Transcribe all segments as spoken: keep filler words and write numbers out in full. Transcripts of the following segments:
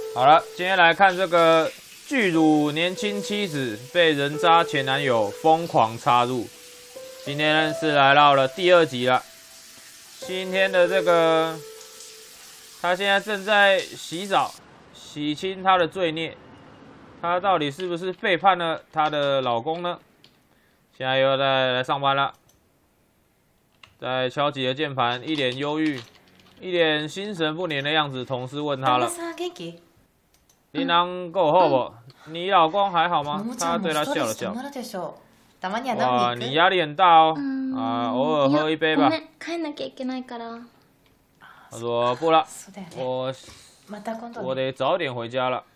好了，今天来看这个巨乳年轻妻子被人渣前男友疯狂插入。今天是来到了第二集了。今天的这个，她现在正在洗澡，洗清她的罪孽。她到底是不是背叛了她的老公呢？现在又在来上班了，在敲击着键盘，一脸忧郁，一脸心神不宁的样子。同事问她了。你人够好不？你老公还好吗？他对他笑了笑。哇，你压力很大哦。啊，偶尔喝一杯吧。他说不了，我我得早点回家了。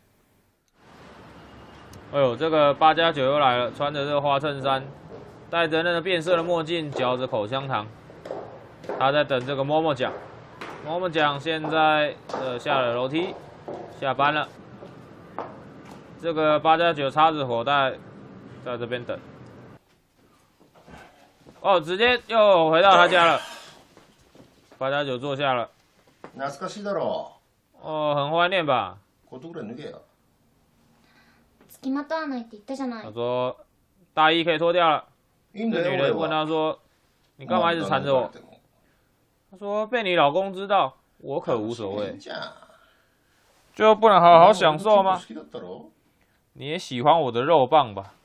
哎呦，这个八加九又来了，穿着这个花衬衫，戴着那个变色的墨镜，嚼着口香糖。他在等这个摸摸奖。摸摸奖现在呃下了楼梯。下班了，这个八加九插着口袋，在这边等。哦，直接又回到他家了。八加九坐下了。 懐かしいだろう。哦，很怀念吧？ コートぐらい脱げよ。 付きまとわないって言ったじゃない。 他说大衣可以脱掉了。 いいんだよ。 女人问他说：“你干嘛一直缠着我？”他说：“被你老公知道，我可无所谓。”就不能好好享受吗？你也喜欢我的肉棒吧？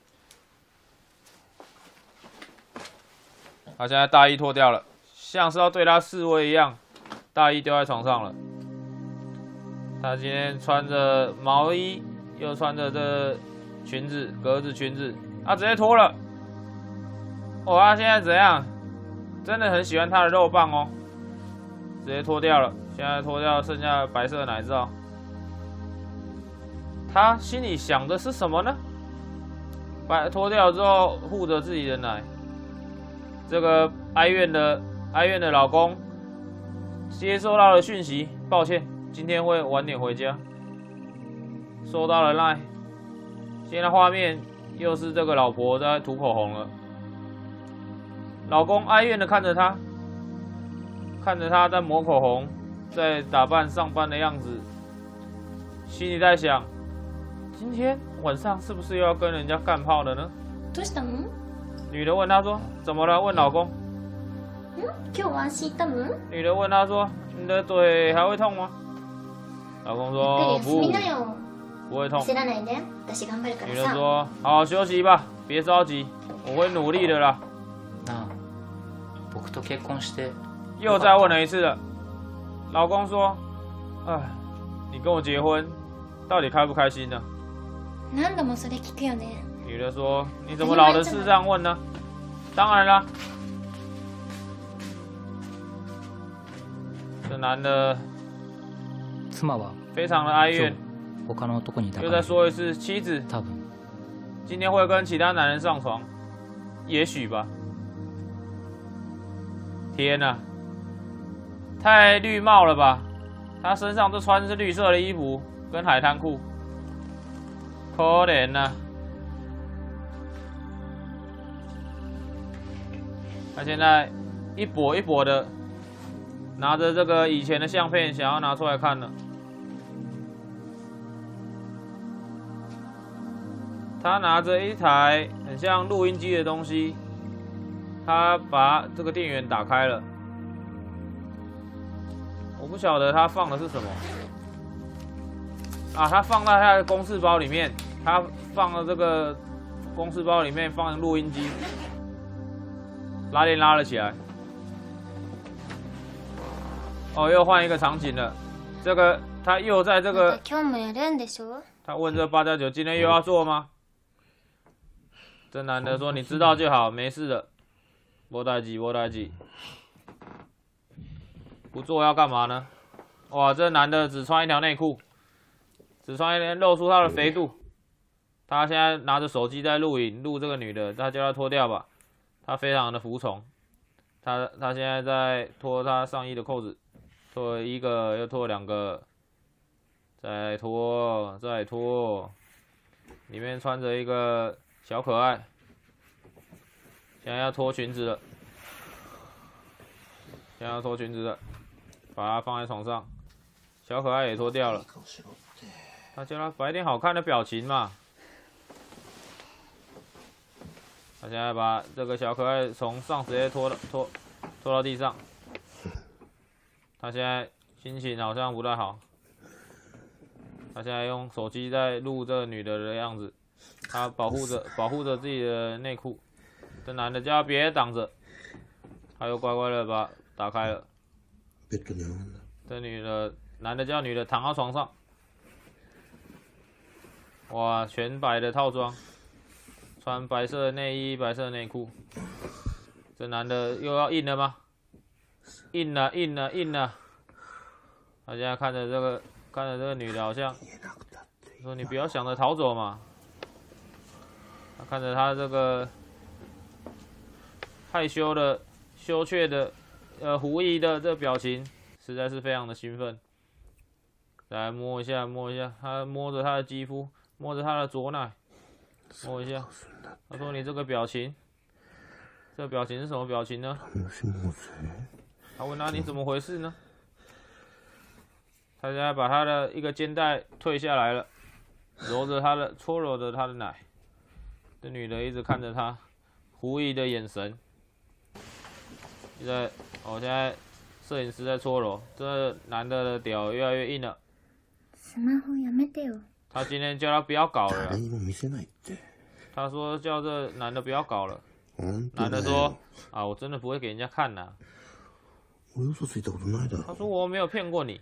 他现在大衣脱掉了，像是要对他示威一样，大衣丢在床上了。他今天穿着毛衣，又穿着这裙子，格子裙子，他直接脱了。哦，他现在怎样？真的很喜欢他的肉棒哦，直接脱掉了。现在脱掉剩下白色的奶罩。他心里想的是什么呢？把脱掉之后护着自己的奶。这个哀怨的哀怨的老公接收到了讯息，抱歉，今天会晚点回家。收到了 line， 现在画面又是这个老婆在涂口红了。老公哀怨的看着她，看着她在抹口红，在打扮上班的样子，心里在想。今天晚上是不是又要跟人家干炮了呢？女的问他说：“怎么了？”问老公。女的问他说：“你的腿还会痛吗？”老公说：“不，不会痛。”女的说：“好好休息吧，别着急，我会努力的啦。”又再问了一次了。老公说：“哎，你跟我结婚，到底开不开心呢？”女的说：“你怎么老的是这样问呢？”当然啦，这男的非常的哀怨，又再说一次，妻子今天会跟其他男人上床，也许吧。天哪，太绿帽了吧？他身上都穿的是绿色的衣服跟海滩裤。可怜呐、啊！他现在一跛一跛的，拿着这个以前的相片，想要拿出来看了。他拿着一台很像录音机的东西，他把这个电源打开了。我不晓得他放的是什么。啊，他放在他的公事包里面，他放了这个公事包里面放录音机，拉链拉了起来。哦，又换一个场景了，这个他又在这个，他问这八加九今天又要做吗？这男的说：“你知道就好，没事的，没代志，没代志。不做要干嘛呢？”哇，这男的只穿一条内裤。只穿一条露出他的肥肚，他现在拿着手机在录影，录这个女的，他叫她脱掉吧，他非常的服从，他他现在在脱他上衣的扣子，脱一个又脱两个，再脱再脱，里面穿着一个小可爱，现在要脱裙子了，现在要脱裙子了，把它放在床上。 小可爱也脱掉了。他叫他摆点好看的表情嘛。他现在把这个小可爱从上直接拖到拖拖到地上。他现在心情好像不太好。他现在用手机在录这个女的的样子。他保护着保护着自己的内裤。这男的叫他别挡着。他又乖乖的把打开了。这女的男的叫女的躺到床上。哇，全白的套装。穿白色的内衣，白色的内裤。这男的又要硬了吗？硬了，硬了，硬了。他现在看着这个，看着这个女的，好像说：“你不要想着逃走嘛。”他看着他这个害羞的、羞怯的、呃狐疑的这表情，实在是非常的兴奋。来摸一下，摸一下，他摸着他的肌肤，摸着他的左奶，摸一下。他说：“你这个表情，这个表情是什么表情呢？”他问他：“你怎么回事呢？”他现在把他的一个肩带退下来了，揉着他的，搓揉着他的奶。这女的一直看着他，狐疑的眼神。现在，哦，现在摄影师在搓揉，这男的的屌越来越硬了。 スマホやめてよ。 他今天叫他不要搞了啦。他说叫这男的不要搞了。男的说：“啊，我真的不会给人家看呐。”他说：“我没有骗过你。”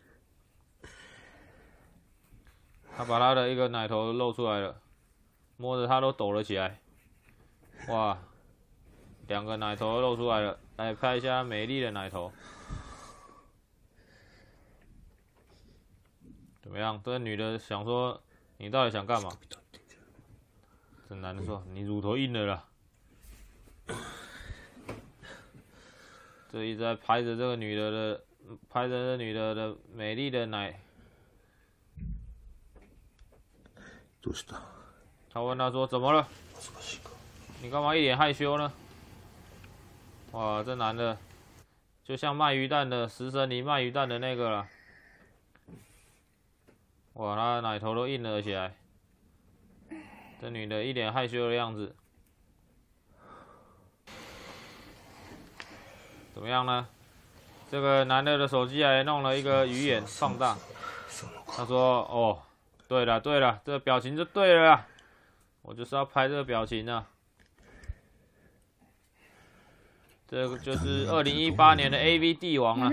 他把他的一个奶头露出来了，摸着他都抖了起来。哇，两个奶头露出来了，来拍一下美丽的奶头。怎么样？这女的想说，你到底想干嘛？这男的说：“你乳头硬了啦。”这一直在拍着这个女的的，拍着这女的的美丽的奶。他问他说：“怎么了？你干嘛一脸害羞呢？”哇，这男的就像卖鱼蛋的食神里卖鱼蛋的那个了。哇，他的奶头都硬了起来。这女的一脸害羞的样子。怎么样呢？这个男的的手机还弄了一个鱼眼放大。他说：“哦，对了对了，这个表情就对了啦，我就是要拍这个表情啊。”这个就是二零一八年的 A V 帝王了。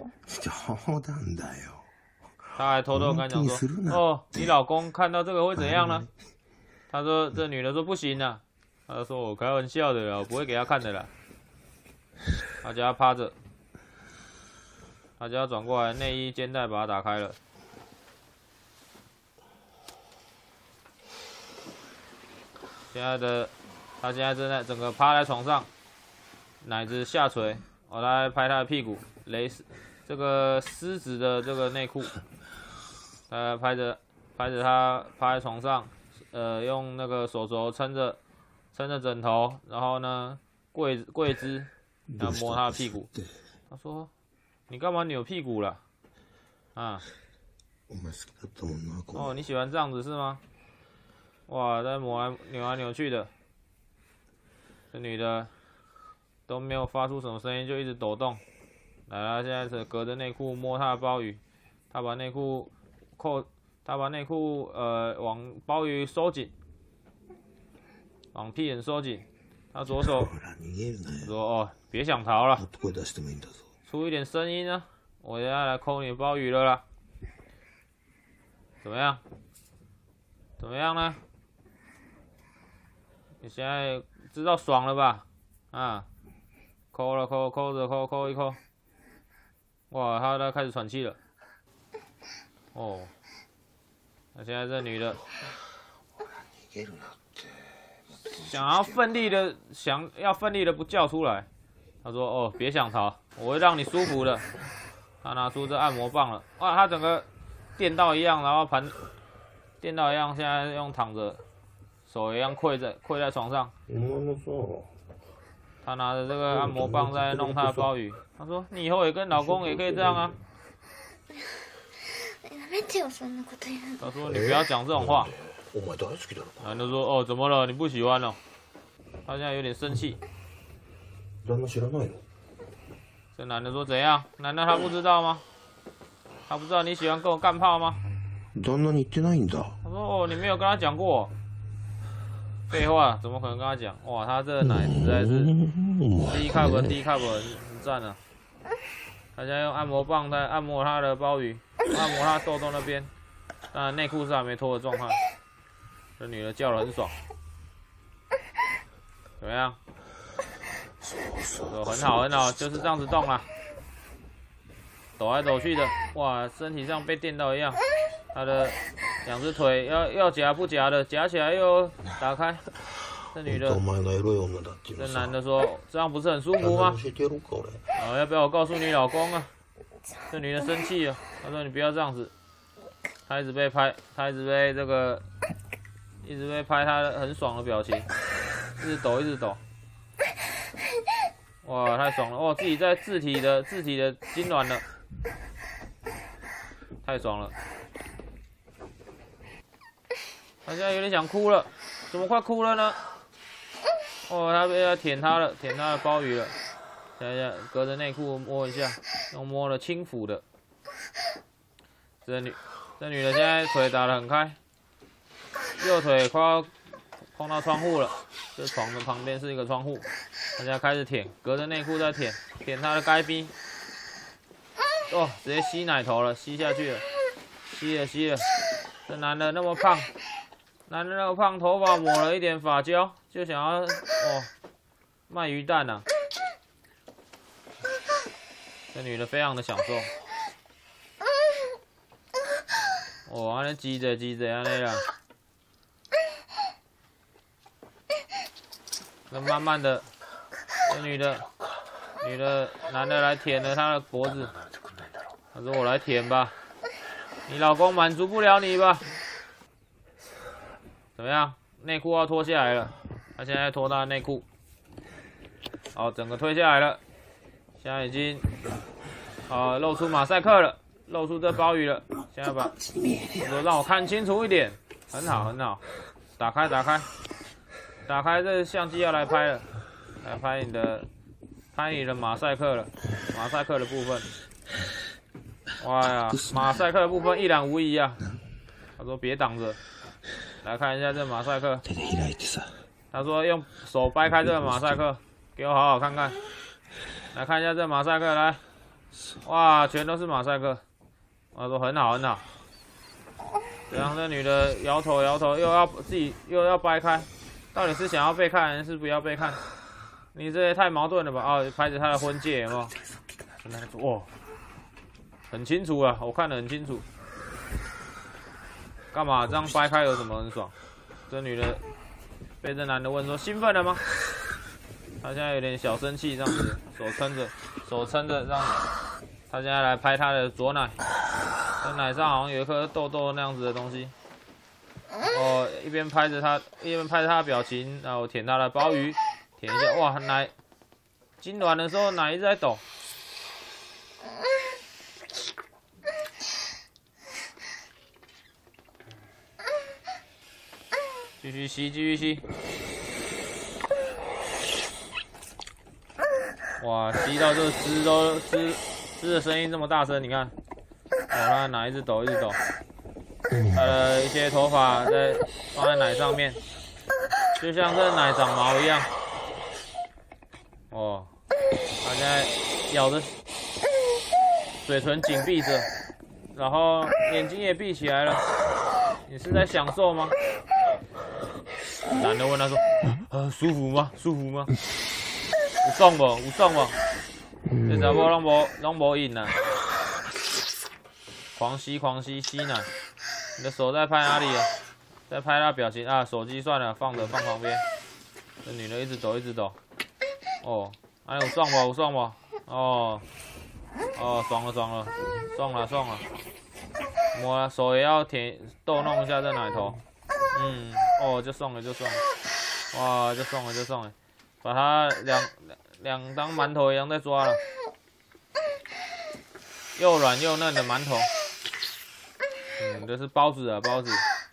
他还偷偷跟他讲说：“哦，你老公看到这个会怎样呢？”他说：“这女的说不行啊。”他就说：“我开玩笑的啦，我不会给他看的啦。”他叫他趴着，他叫他转过来，内衣肩带把他打开了。现在的他现在正在整个趴在床上，奶子下垂，我来拍他的屁股，蕾丝这个丝质的这个内裤，他拍着拍着他趴在床上，呃，用那个手肘撑着撑着枕头，然后呢跪跪姿。要摸他的屁股，他说：“你干嘛扭屁股了？啊？哦，你喜欢这样子是吗？哇，在磨来扭来扭去的，这女的都没有发出什么声音，就一直抖动。来啦，现在是隔着内裤摸她的鲍鱼，她把内裤扣，她把内裤呃往鲍鱼收紧，往屁眼收紧。他左手说：‘哦，别想逃了，出一点声音啊！我等下来抠你的鲍鱼了啦。’怎么样？怎么样呢？你现在知道爽了吧？啊，抠了抠，抠着抠，抠一抠。哇，他在开始喘气了。哦，那现在这女的。想要奋力的想要奋力的不叫出来，他说：“哦，别想逃，我会让你舒服的。”他拿出这按摩棒了，哇，他整个电到一样，然后盘电到一样，现在用躺着，手一样跪在跪在床上。他拿着这个按摩棒在弄他的鲍鱼。他说：“你以后也跟老公也可以这样啊。” めてよそんなこと言うの。 他说你不要讲这种话。 お前大好きだろ。 男的说哦怎么了？你不喜欢了？他现在有点生气。 旦那知らないの？ 这男的说怎样？难道他不知道吗？他不知道你喜欢跟我干炮吗？ 旦那に言ってないんだ。 他说哦你没有跟他讲过。废话，怎么可能跟他讲？哇，他这个奶实在是低 cup 低 cup 很赞啊！大家用按摩棒在按摩他的鲍鱼，按摩他痘痘那边。当然内裤是还没脱的状态。这女的叫得很爽，怎么样？很好很好，就是这样子动啊，抖来抖去的，哇，身体像被电到一样。他的两只腿要要夹不夹的，夹起来又打开。这女的，这男的说这样不是很舒服吗？啊，要不要我告诉你老公啊？这女的生气了，她说你不要这样子。她一直被拍，她一直被这个，一直被拍她很爽的表情，一直抖一直抖。哇，太爽了！哇，自己在自体的自体的痉挛了，太爽了。他现在有点想哭了，怎么快哭了呢？哦，他被他舔他了，舔他的鲍鱼了。想想隔着内裤摸一下，用摸了轻抚的。这女这女的现在腿打得很开，右腿快要碰到窗户了。这床的旁边是一个窗户，他现在开始舔，隔着内裤在舔，舔他的该逼。哦，直接吸奶头了，吸下去了，吸了吸了。这男的那么胖。男的那个胖头发抹了一点发胶，就想要哦卖鱼蛋啊！这女的非常的享受。哦，安尼挤着挤着安尼啦，那慢慢的，这女的女的男的来舔了她的脖子，他说我来舔吧，你老公满足不了你吧？怎么样？内裤要脱下来了，他现在脱他的内裤，好，整个推下来了，现在已经，呃，露出马赛克了，露出这鲍鱼了，现在把，我说让我看清楚一点，很好很好，打开打开，打开这相机要来拍了，来拍你的，拍你的马赛克了，马赛克的部分，哇呀，马赛克的部分一览无遗啊，他说别挡着。来看一下这马赛克，他说用手掰开这个马赛克，给我好好看看。来看一下这马赛克，来，哇，全都是马赛克。他说很好很好。这样这女的摇头摇头，又要自己又要掰开，到底是想要被看还是不要被看？你这也太矛盾了吧？哦，拍着她的婚戒有没有？哇，很清楚啊，我看得很清楚。干嘛这样掰开有什么很爽？这女的被这男的问说兴奋了吗？他现在有点小生气，这样子手撑着，手撑着这样子。他现在来拍他的左奶，这奶上好像有一颗痘痘那样子的东西。哦，一边拍着他，一边拍着他的表情，然后舔他的鲍鱼，舔一下，哇，奶痉挛的时候奶一直在抖。继续吸，继续吸。哇，吸到这汁都汁汁的声音这么大声，你看，哦，他的奶一直抖，一直抖。他的一些头发在放在奶上面，就像这奶长毛一样。哦，他现在咬着，嘴唇紧闭着，然后眼睛也闭起来了。你是在享受吗？男的问他说：“呃，舒服吗？舒服吗？有爽不？有爽不？”这查某拢无拢无瘾啊，狂吸狂吸吸奶。你的手在拍哪里啊？在拍他表情啊！手机算了，放着放旁边。这女的一直抖一直抖。哦，哎，有爽不？有爽不？哦，哦，爽了爽了，爽了爽了。摸了手也要舔逗弄一下这奶头。嗯，哦，就送了就送了，哇，就送了就送了，把它两两当馒头一样在抓了，又软又嫩的馒头。 嗯，这是包子啊，包子。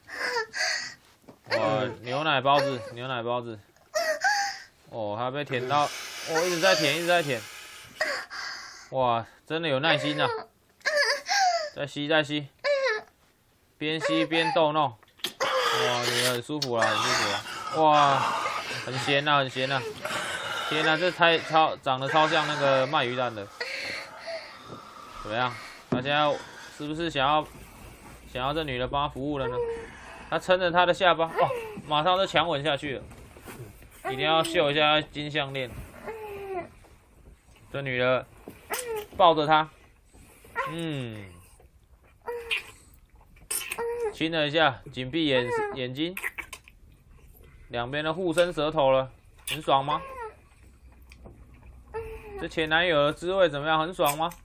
哇，牛奶包子，牛奶包子。哦，它被舔到，哦，一直在舔，一直在舔。哇，真的有耐心啊！再吸，再吸，边吸边逗弄。哇，你很舒服啦，很舒服啦。哇，很咸呐、啊，很咸呐、啊。天呐、啊，这太超长得超像那个鳗鱼蛋的。怎么样？他现在是不是想要想要这女的帮他服务了呢？他撑着他的下巴，哇，马上就强吻下去了。一定要秀一下金项链。这女的抱着他，嗯，亲了一下，紧闭眼眼睛，两边的互伸舌头了，很爽吗？这前男友的滋味怎么样？很爽吗？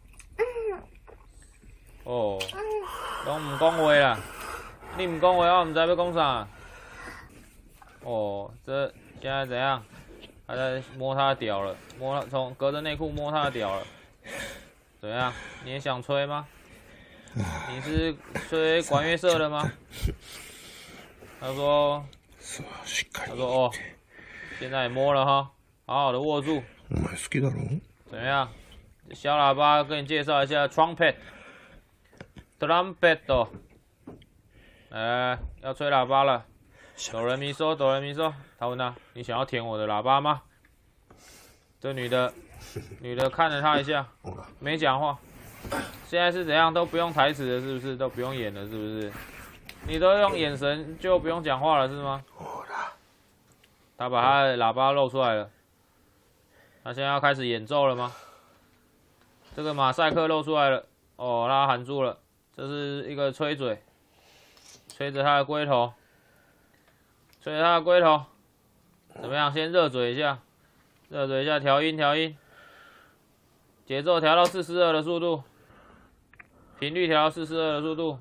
哦，都唔讲话啦，你唔讲话，我唔知要讲啥。哦，这现在怎样？还在摸他的屌了，摸从隔着内裤摸他的屌了，怎么样？你也想吹吗？你是吹管乐社的吗？他说，他说哦，现在也摸了哈，好好的握住。 お前好きだろ？ 怎么样？小喇叭跟你介绍一下 trumpet，trumpet 哦，哎，要吹喇叭了。哆来咪嗦，哆来咪嗦。他问他：“你想要舔我的喇叭吗？”这女的，女的看了他一下，没讲话。现在是怎样？都不用台词了，是不是？都不用演了，是不是？你都用眼神就不用讲话了，是吗？他把他的喇叭露出来了。他现在要开始演奏了吗？这个马赛克露出来了。哦，他含住了。这是一个吹嘴，吹着他的龟头。吹他的龟头，怎么样？先热嘴一下，热嘴一下，调音调音，节奏调到四四二的速度，频率调到四四二的速度。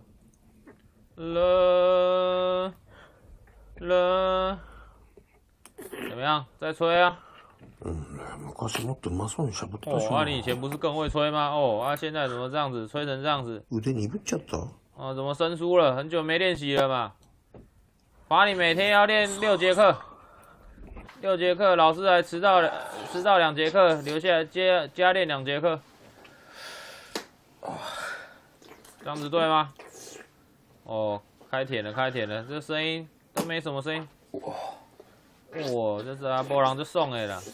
了了，怎么样？再吹啊！ 嗯，昔もっとうまそうにしゃべってたし哦， な。 啊，你以前不是更会吹吗？哦，啊，现在怎么这样子，吹成这样子？ 腕鈍っちゃった。 哦，怎么生疏了？很久没练习了嘛。罚你每天要练六节课，六节课，老师还迟到了，迟到两节课，留下来加加练两节课，这样子对吗？哦，开舔了，开舔了，这声音都没什么声音。哇，这是阿波郎就送的啦，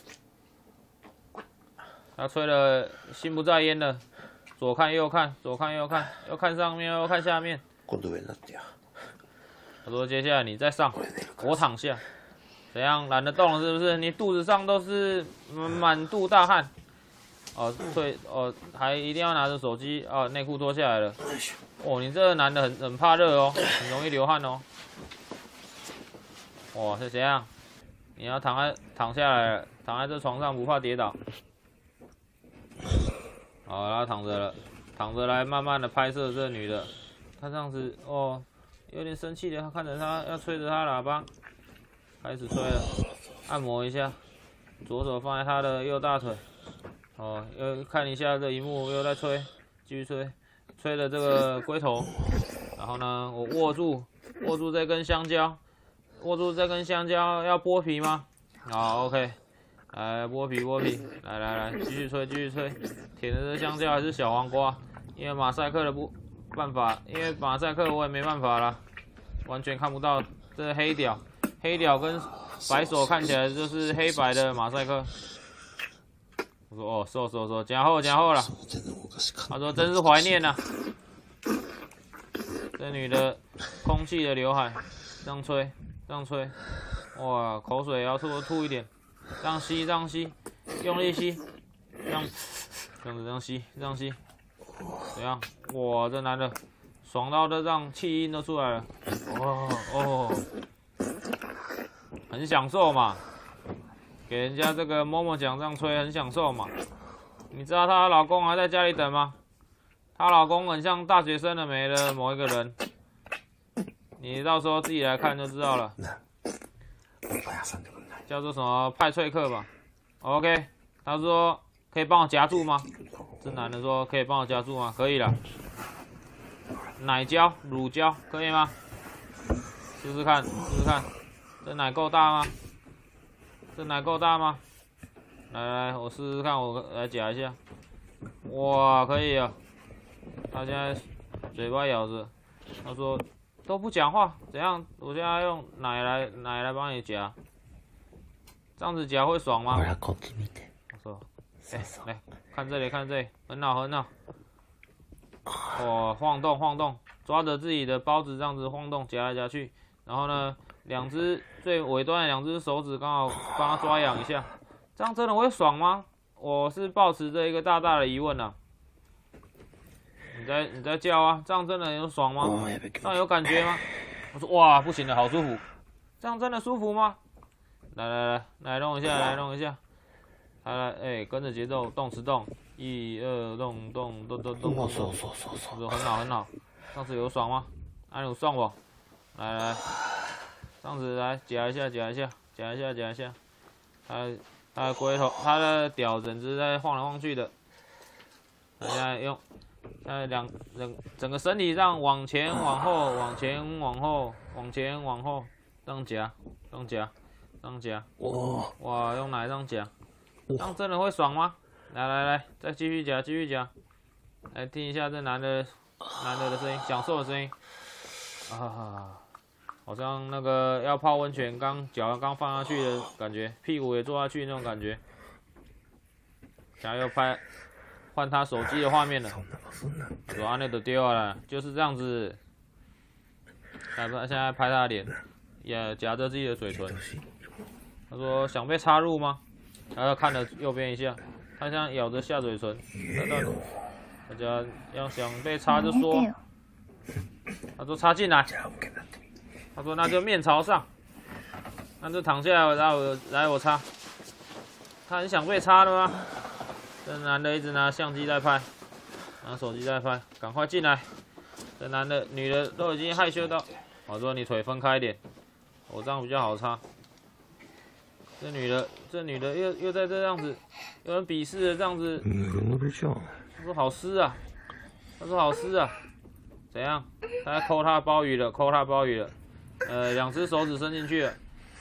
他吹了心不在焉了，左看右看，左看右看，又看上面又看下面。 今度上になってや。 他说：“接下来你再上，我躺下，怎样懒得动了是不是？你肚子上都是满肚大汗。哦，对，哦，还一定要拿着手机哦，内裤脱下来了。哦，你这个男的很很怕热哦，很容易流汗哦。哇，是怎样？你要躺在躺下来了，躺在这床上不怕跌倒。好，然后躺着了，躺着来慢慢的拍摄这女的，她这样子哦。”有点生气的，他看着他要吹着他喇叭，开始吹了，按摩一下，左手放在他的右大腿，哦，又看一下这一幕，又在吹，继续吹，吹的这个龟头，然后呢，我握住握住这根香蕉，握住这根香蕉要剥皮吗？好 ，OK， 来剥皮剥皮，来来来，继续吹继续吹，舔的这香蕉还是小黄瓜，因为马赛克的不。办法，因为马赛克我也没办法啦，完全看不到这黑屌，黑屌跟白手看起来就是黑白的马赛克。我说哦，收收收，讲后讲后了。他说真是怀念呐、啊，这女的空气的刘海，这样吹，这样吹，哇，口水也要吐吐一点，这样吸，这样吸，用力吸，这样，这样子这样吸，这样吸。怎样？哇，这男的爽到这让气音都出来了，哦哦，很享受嘛，给人家这个某某奖这样吹，很享受嘛。你知道她老公还在家里等吗？她老公很像大学生了没的某一个人，你到时候自己来看就知道了。叫做什么派翠克吧 ？OK， 他说可以帮我夹住吗？这男的说：“可以帮我加注吗？”可以了。 奶胶、乳胶，可以吗？试试看，试试看，这奶够大吗？这奶够大吗？来来，我试试看，我来夹一下。哇，可以啊！他现在嘴巴咬着，他说都不讲话，怎样？我现在用奶来奶来帮你夹，这样子夹会爽吗？ こっち見て。 我说，哎、欸，来看这里，看这里，很好，很好。哦，晃动，晃动，抓着自己的包子这样子晃动，夹来夹去。然后呢，两只最尾端的两只手指刚好帮他抓痒一下，这样真的会爽吗？我是抱持着一个大大的疑问啊。你在你在叫啊，这样真的有爽吗？这样有感觉吗？我说哇，不行了，好舒服，这样真的舒服吗？来来来，来弄一下，来弄一下，来来，哎、欸，跟着节奏动词动，一二动动动动动动， そうそうそうそう。 很好很好，这样子有爽吗？啊，有爽不？来来，这样子来夹一下，夹一下，夹一下，夹一下，它它的龟头，它的屌整只在晃来晃去的，现在用。现在两整整个身体上往前往后往前往后往前往后这样夹这样夹这样夹哇用奶这样夹，这样真的会爽吗？来来来，再继续夹继续夹，来听一下这男的男的的声音，享受的声音啊，好像那个要泡温泉刚脚刚放下去的感觉，屁股也坐下去那种感觉，想要拍。换他手机的画面了，我说安内都丢了，就是这样子。他现在拍他的脸，也夹着自己的嘴唇。他说想被插入吗？他要看了右边一下，他现在咬着下嘴唇。大家要想被插就说。他说插进来。他说那就面朝上，那就躺下来，来我来我插。他很想被插的吗？这男的一直拿相机在拍，拿手机在拍，赶快进来！这男的、女的都已经害羞到，我说你腿分开一点，我这样比较好擦。这女的，这女的又又在这样子，有人鄙视的这样子。他说好湿啊，他说好湿啊，怎样？他在抠他的鲍鱼了，抠他的鲍鱼了。呃，两只手指伸进去了，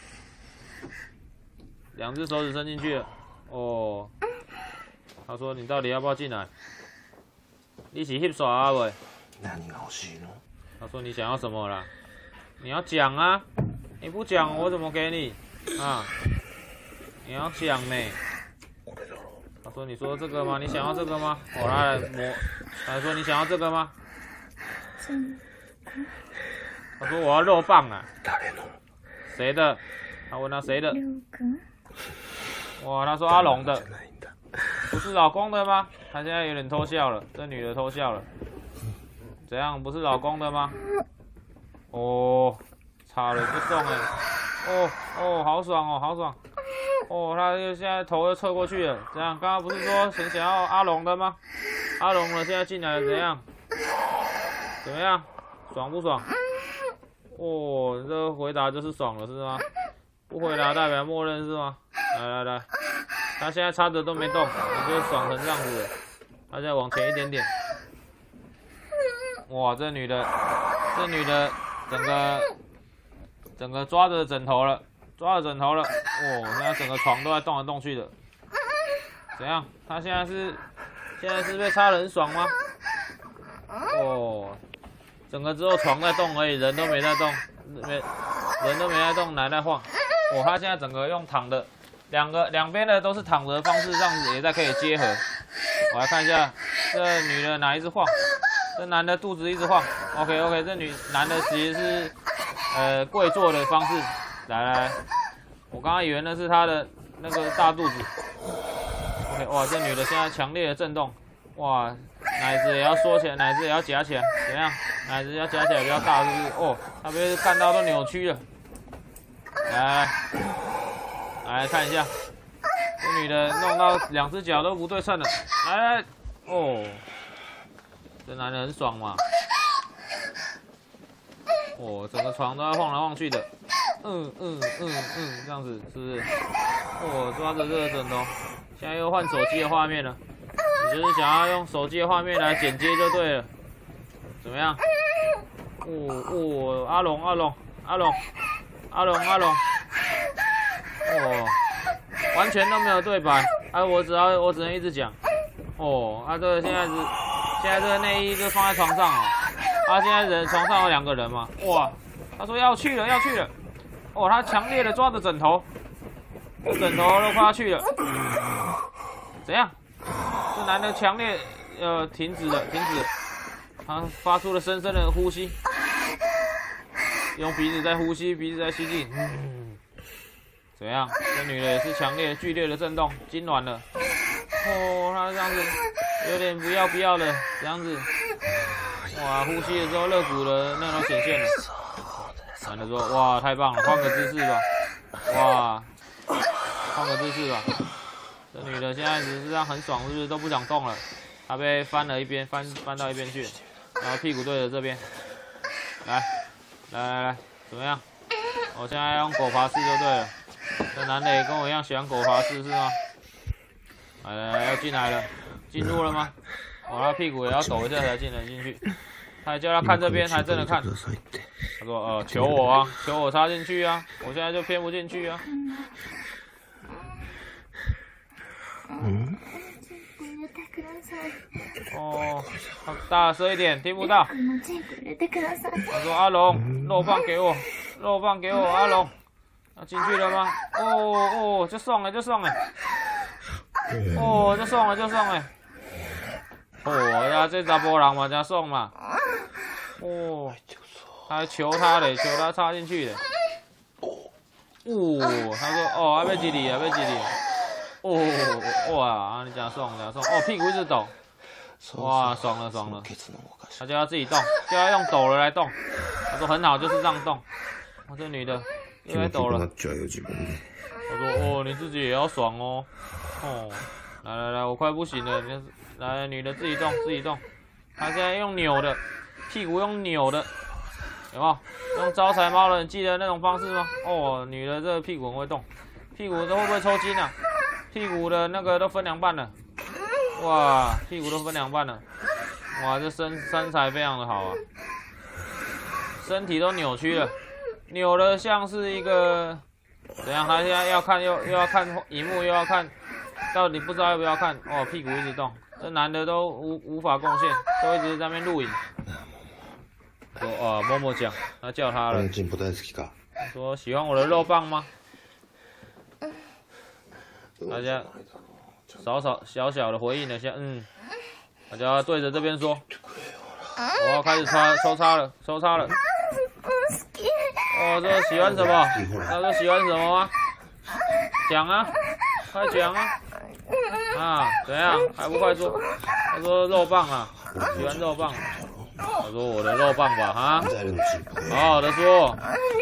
两只手指伸进去了，哦。他说：“你到底要不要进来？你是翕耍啊喂？”他说：“你想要什么啦？你要讲啊！你不讲我怎么给你啊？你要讲呢。”他说：“你说这个吗？你想要这个吗？”我来摸。他说：“你想要这个吗？”他说：“我要肉棒啊！”谁的？他问他谁的？哇！他说阿龙的。不是老公的吗？他现在有点偷笑了，这女的偷笑了。怎样？不是老公的吗？哦，插了不动哎。哦哦，好爽哦，好爽。哦，他又现在头又侧过去了。怎样？刚刚不是说很想要阿龙的吗？阿龙了，现在进来了，怎样？怎么样？爽不爽？哦，这个回答就是爽了是吗？不回答代表默认是吗？来来来。他现在插着都没动，你就爽成这样子了。他再往前一点点。哇，这女的，这女的整个整个抓着枕头了，抓着枕头了。哦，现在整个床都在动来动去的。怎样？他现在是现在是被插得很爽吗？哦，整个只有床在动而已，人都没在动，没人都没在动，奶在晃。哦，他现在整个用躺的。两个两边的都是躺着的方式，这样子也在可以结合。我来看一下，这女的哪一直晃，这男的肚子一直晃。OK OK， 这女男的其实是呃跪坐的方式。来来来，我刚刚以为那是他的那个大肚子。OK， 哇，这女的现在强烈的震动，哇，奶子也要缩起来，奶子也要夹起来，怎样？奶子要夹起来比较大，是不是？哦，他被干到都扭曲了。来。来看一下，这女的弄到两只脚都不对称了。来来，哦，这男的很爽嘛。哦，整个床都在晃来晃去的。嗯嗯嗯嗯，这样子是不是？哦，抓着这个枕头，现在又换手机的画面了。你就是想要用手机的画面来剪接就对了。怎么样？ 哦哦，阿龙阿龙阿龙阿龙阿龙，哦，完全都没有对白，啊，我只要我只能一直讲。哦，啊，这个现在是现在这个内衣就放在床上哦，啊，现在人床上有两个人嘛，哇，他说要去了要去了，哦，他强烈的抓着枕头，枕头都快要去了，怎样？这男的强烈呃停止了停止了，他发出了深深的呼吸，用鼻子在呼吸，鼻子在吸进，嗯，怎样？这女的也是强烈剧烈的震动，痉挛了。哦，他这样子有点不要不要的这样子，哇，呼吸的时候肋骨的那种显现了。男的说：“哇，太棒了，换个姿势吧。”哇，换个姿势吧。这女的现在只是这样很爽，是不是都不想动了？她被翻了一边，翻翻到一边去，然后屁股对着这边。来，来来来，怎么样？我现在用狗爬式就对了。这男的也跟我一样喜欢狗爬式是吗？来来来，要进来了，进入了吗？哦，他屁股也要抖一下才进得进去。他还叫他看这边，还真的看。他说：“呃，求我啊，求我插进去啊，我现在就偏不进去啊。” 嗯。 哦，大声一点，听不到。他说：“阿龙，肉棒给我，肉棒给我，阿龙。”啊，进去了吗？哦哦，就送了，就送了。哦，就送了，就送了。哦呀，这查甫人嘛，才送嘛。哦，还求他嘞，求他插进去嘞。哦，他说哦，还要几里啊，要几里。哦，哇，你真爽，真爽。哦，屁股一直抖。哇，爽了，爽了。他叫他自己动，叫他用抖了来动。他说很好，就是这样动。我这女的又在抖了。我说哦，你自己也要爽哦。哦，来来来，我快不行了，你来，女的自己动，自己动。她现在用扭的，屁股用扭的，有没有？用招财猫的，你记得那种方式吗？哦，女的这个屁股很会动，屁股都会不会抽筋啊？屁股的那个都分两半了，哇，屁股都分两半了，哇，这身身材非常的好啊，身体都扭曲了，扭的像是一个怎样？他现在要看又又要看荧幕，又要看。到底不知道要不要看哦，屁股一直动，这男的都无无法贡献，都一直在那边录影。说啊，默默讲，他叫他了。说喜欢我的肉棒吗？大家少少小小的回应了一下，嗯，大家对着这边说，我要开始插抽插了，抽插了。哦，这喜欢什么？他说喜欢什么吗？讲啊，快讲啊！啊，怎样？还不快说？他说肉棒啊，喜欢肉棒。他说我的肉棒吧，哈，好好的说。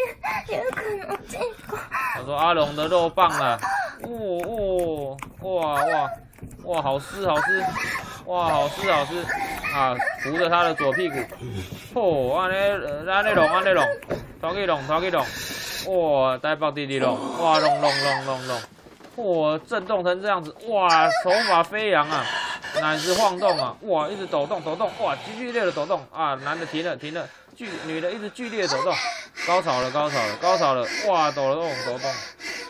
他说阿龙的肉棒啊，哦哦，哇哇哇，好湿好湿，哇好湿好湿啊！扶着他的左屁股，哦，安尼安尼弄安尼弄，拖去弄拖去弄，哇，台北弟弟弄，哇弄弄弄弄弄。哇，震动成这样子，哇，头发飞扬啊，奶子晃动啊，哇，一直抖动抖动，哇，剧烈的抖动啊，男的停了停了，剧女的一直剧烈的抖动，高潮了高潮了高潮了，哇，抖了动抖动，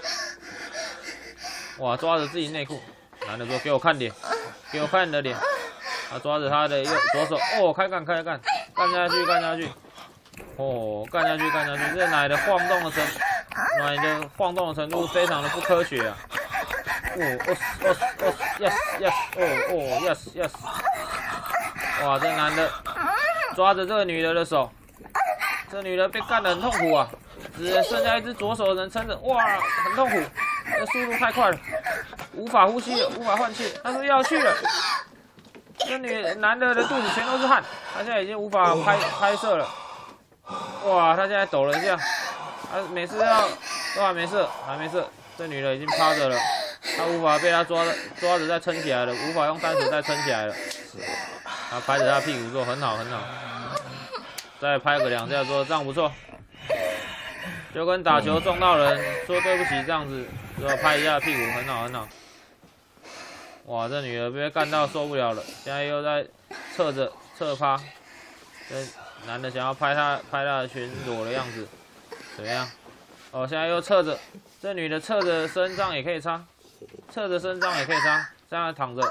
哇，抓着自己内裤，男的说给我看脸，给我看你的脸，他抓着他的右左手，哦，开干开干，干下去干下去，哦，干下去干下去，这奶的晃动的程，奶的晃动的程度非常的不科学啊。哦哦哦哦 yes yes 哦哦 yes yes， 哇，这男的抓着这个女的的手，这女的被干得很痛苦啊，只剩下一只左手的人撑着，哇，很痛苦，这速度太快了，无法呼吸了，无法换气，他说要去了，这女男的的肚子全都是汗，他现在已经无法拍拍摄了，哇，他现在抖了一下，啊，每次要都还没事，还没事，这女的已经趴着了。他无法被他抓着抓着再撑起来了，无法用单手再撑起来了。他拍着他屁股说很好很好，再拍个两下说这样不错，就跟打球撞到人说对不起这样子，说拍一下屁股很好很好。哇，这女的被干到受不了了，现在又在侧着侧趴， 男的想要拍她拍她的全裸的样子，怎么样？哦，现在又侧着，这女的侧着身上也可以擦，侧着身上也可以擦，这样躺着，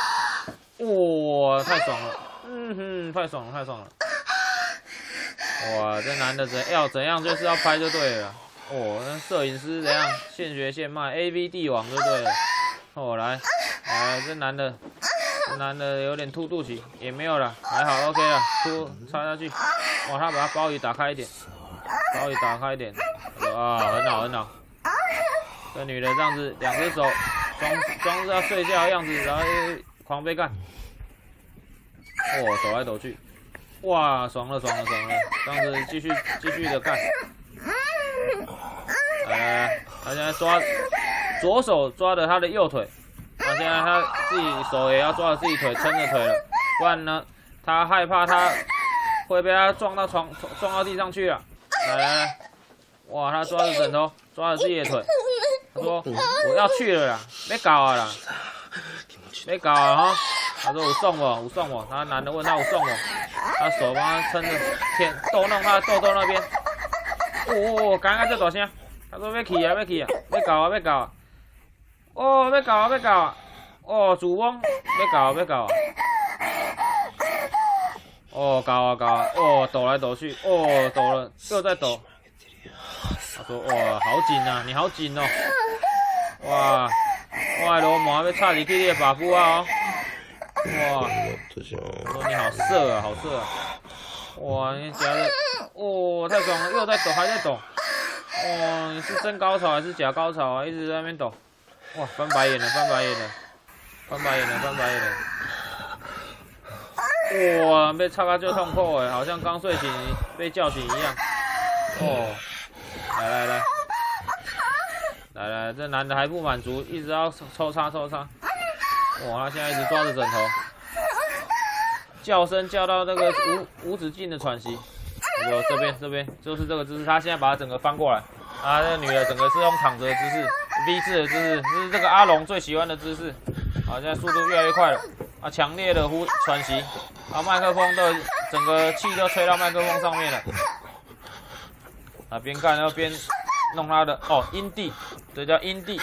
哇，太爽了，嗯哼，太爽了，太爽了。哇，这男的怎要怎样就是要拍就对了。哦，那摄影师怎样现学现卖 ，A V 帝王就对了。哦，来，来，这男的，这男的有点凸肚脐，也没有了，还好 OK 了，凸插下去。哇，他把他包雨打开一点，包雨打开一点，啊，很好很好。这女的这样子，两只手装装是要睡觉的样子，然后又狂被干。哦，抖来抖去。哇，爽了爽了爽了，这样子继续继续的干。来来来，他现在抓左手抓着他的右腿，那现在他自己手也要抓着自己腿撑着腿了，不然呢，他害怕他会被他撞到床撞到地上去了。来来来，哇，他抓着枕头，抓着自己的腿，他说我要去了啦，别搞啊啦，别搞啊哈。他说有送我，有送我。他男的问他有送我，他手帮他撑着，舔逗弄他的痘痘那边。哦哦，刚刚这大声，他说要去啊，要去啊，要搞啊，要搞啊。哦，要搞啊，要搞啊。哦，主翁，要搞啊，要搞啊。哦，搞啊搞啊，哦，抖来抖去，哦，抖了，又在抖。他说哇，好紧啊，你好紧哦。哇，我的罗毛要插进去你的把夫啊哦。哇！我说你好色啊，好色啊！哇，你夹的，哦，太爽了，又在抖，还在抖。哇，你是真高潮还是假高潮啊？一直在那边抖。哇，翻白眼了，翻白眼了，翻白眼了，翻白眼了。哇，被插到就痛苦哎，好像刚睡醒被叫醒一样。哦，来来来，来来，这男的还不满足，一直要抽插抽插。哇，他现在一直抓着枕头，叫声叫到那个无无止境的喘息。我这边这边就是这个姿势，他现在把它整个翻过来，啊，那个女的整个是用躺着的姿势 ，V 字的姿势，这是这个阿龙最喜欢的姿势。啊，现在速度越来越快了，啊，强烈的呼喘息，啊，麦克风的整个气都吹到麦克风上面了。啊，边干要边弄他的哦阴蒂，这叫阴蒂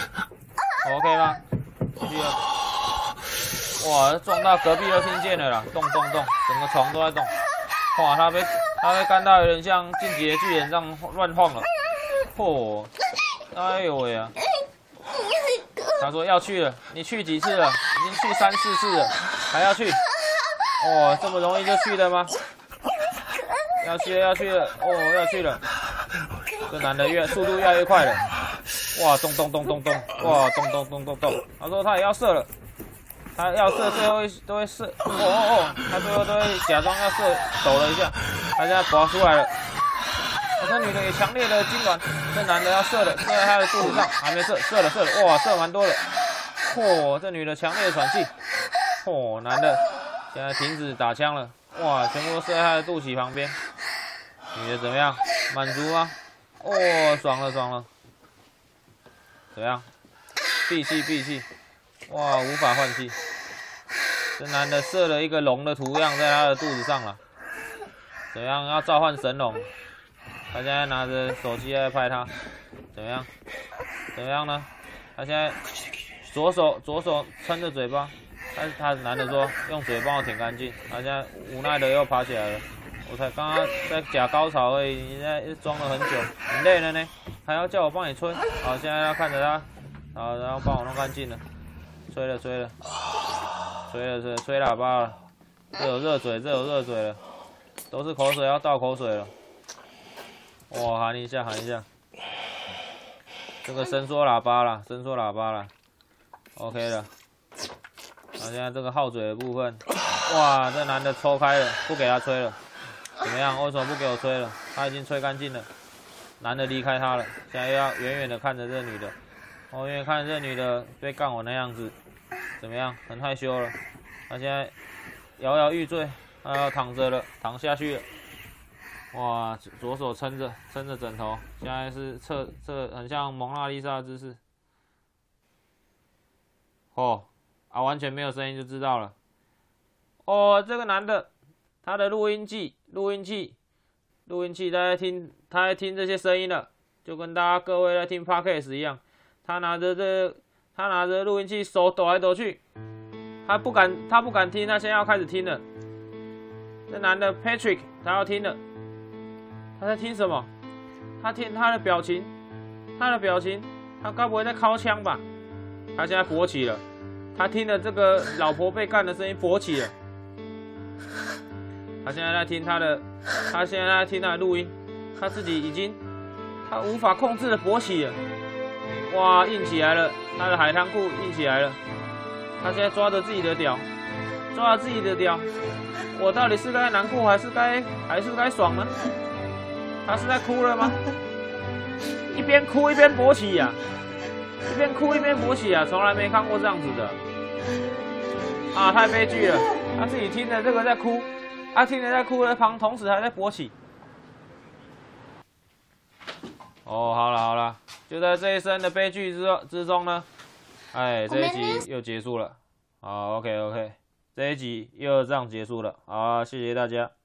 ，OK 吗？继续啊。哇，撞到隔壁都听见了啦，动动动，整个床都在动。哇，他被他被干到有点像进击的巨人这样乱晃了。嚯、哦，哎呦喂啊！他说要去了，你去几次了？已经去三四次了，还要去？哦，这么容易就去了吗？要去了，要去了，哦，要去了。这男的越速度越来越快了。哇，咚咚咚咚咚，哇，咚咚咚咚咚。他说他也要射了。他要射，最后都会射，哦哦哦，他最后都会假装要射，抖了一下，他现在拔出来了。这女的也强烈的痉挛，这男的要射了，射在他的肚子上，还没射，射了射了，哇，射蛮多的。嚯、哦，这女的强烈的喘气。嚯、哦，男的现在停止打枪了，哇，全部都射在他的肚脐旁边。女的怎么样？满足吗？哦，爽了爽了。怎么样？闭气闭气。哇，无法换气！这男的射了一个龙的图样在他的肚子上了，怎样？要召唤神龙？他现在拿着手机在拍他，怎么样？怎么样呢？他现在左手左手撑着嘴巴，但是他男的说用嘴帮我舔干净，他现在无奈的又爬起来了。我才刚刚在假高潮而已，你现在装了很久，很累了呢，还要叫我帮你吹。好，现在要看着他，好，然后帮我弄干净了。吹了吹了，吹了吹吹喇叭了，这有热嘴，这有热嘴了，都是口水要倒口水了。哇，喊一下喊一下，这个伸缩喇叭啦，伸缩喇叭啦 ，OK 了。好，现在这个耗嘴的部分，哇，这男的抽开了，不给他吹了，怎么样？为什么不给我吹了？他已经吹干净了，男的离开他了，现在又要远远的看着这女的，我远远看着这女的被干我那样子。怎么样？很害羞了。他现在摇摇欲坠，他要躺着了，躺下去了。哇，左手撑着撑着枕头，现在是侧侧，很像蒙娜丽莎的姿势。哦，啊，完全没有声音就知道了。哦，这个男的他的录音器，录音器，录音器，他在听，他在听这些声音了，就跟大家各位在听 podcast 一样。他拿着这，他拿着录音器，手抖来抖去，他不敢，他不敢听，他现在要开始听了。这男的 Patrick， 他要听了，他在听什么？他听他的表情，他的表情，他该不会在敲枪吧？他现在勃起了，他听了这个老婆被干的声音勃起了。他现在在听他的，他现在在听他的录音，他自己已经，他无法控制的勃起了。哇，硬起来了，他的海滩裤硬起来了。他现在抓着自己的屌，抓着自己的屌，我到底是该难过还是该还是该爽呢？他是在哭了吗？一边哭一边勃起呀、啊，一边哭一边勃起啊，从来没看过这样子的。啊，太悲剧了！他自己听着这个在哭，他听着在哭的旁，同时还在勃起。哦，好了好了，就在这一声的悲剧之之中呢，哎，这一集又结束了。好 ，OK OK， 这一集又这样结束了。好，谢谢大家。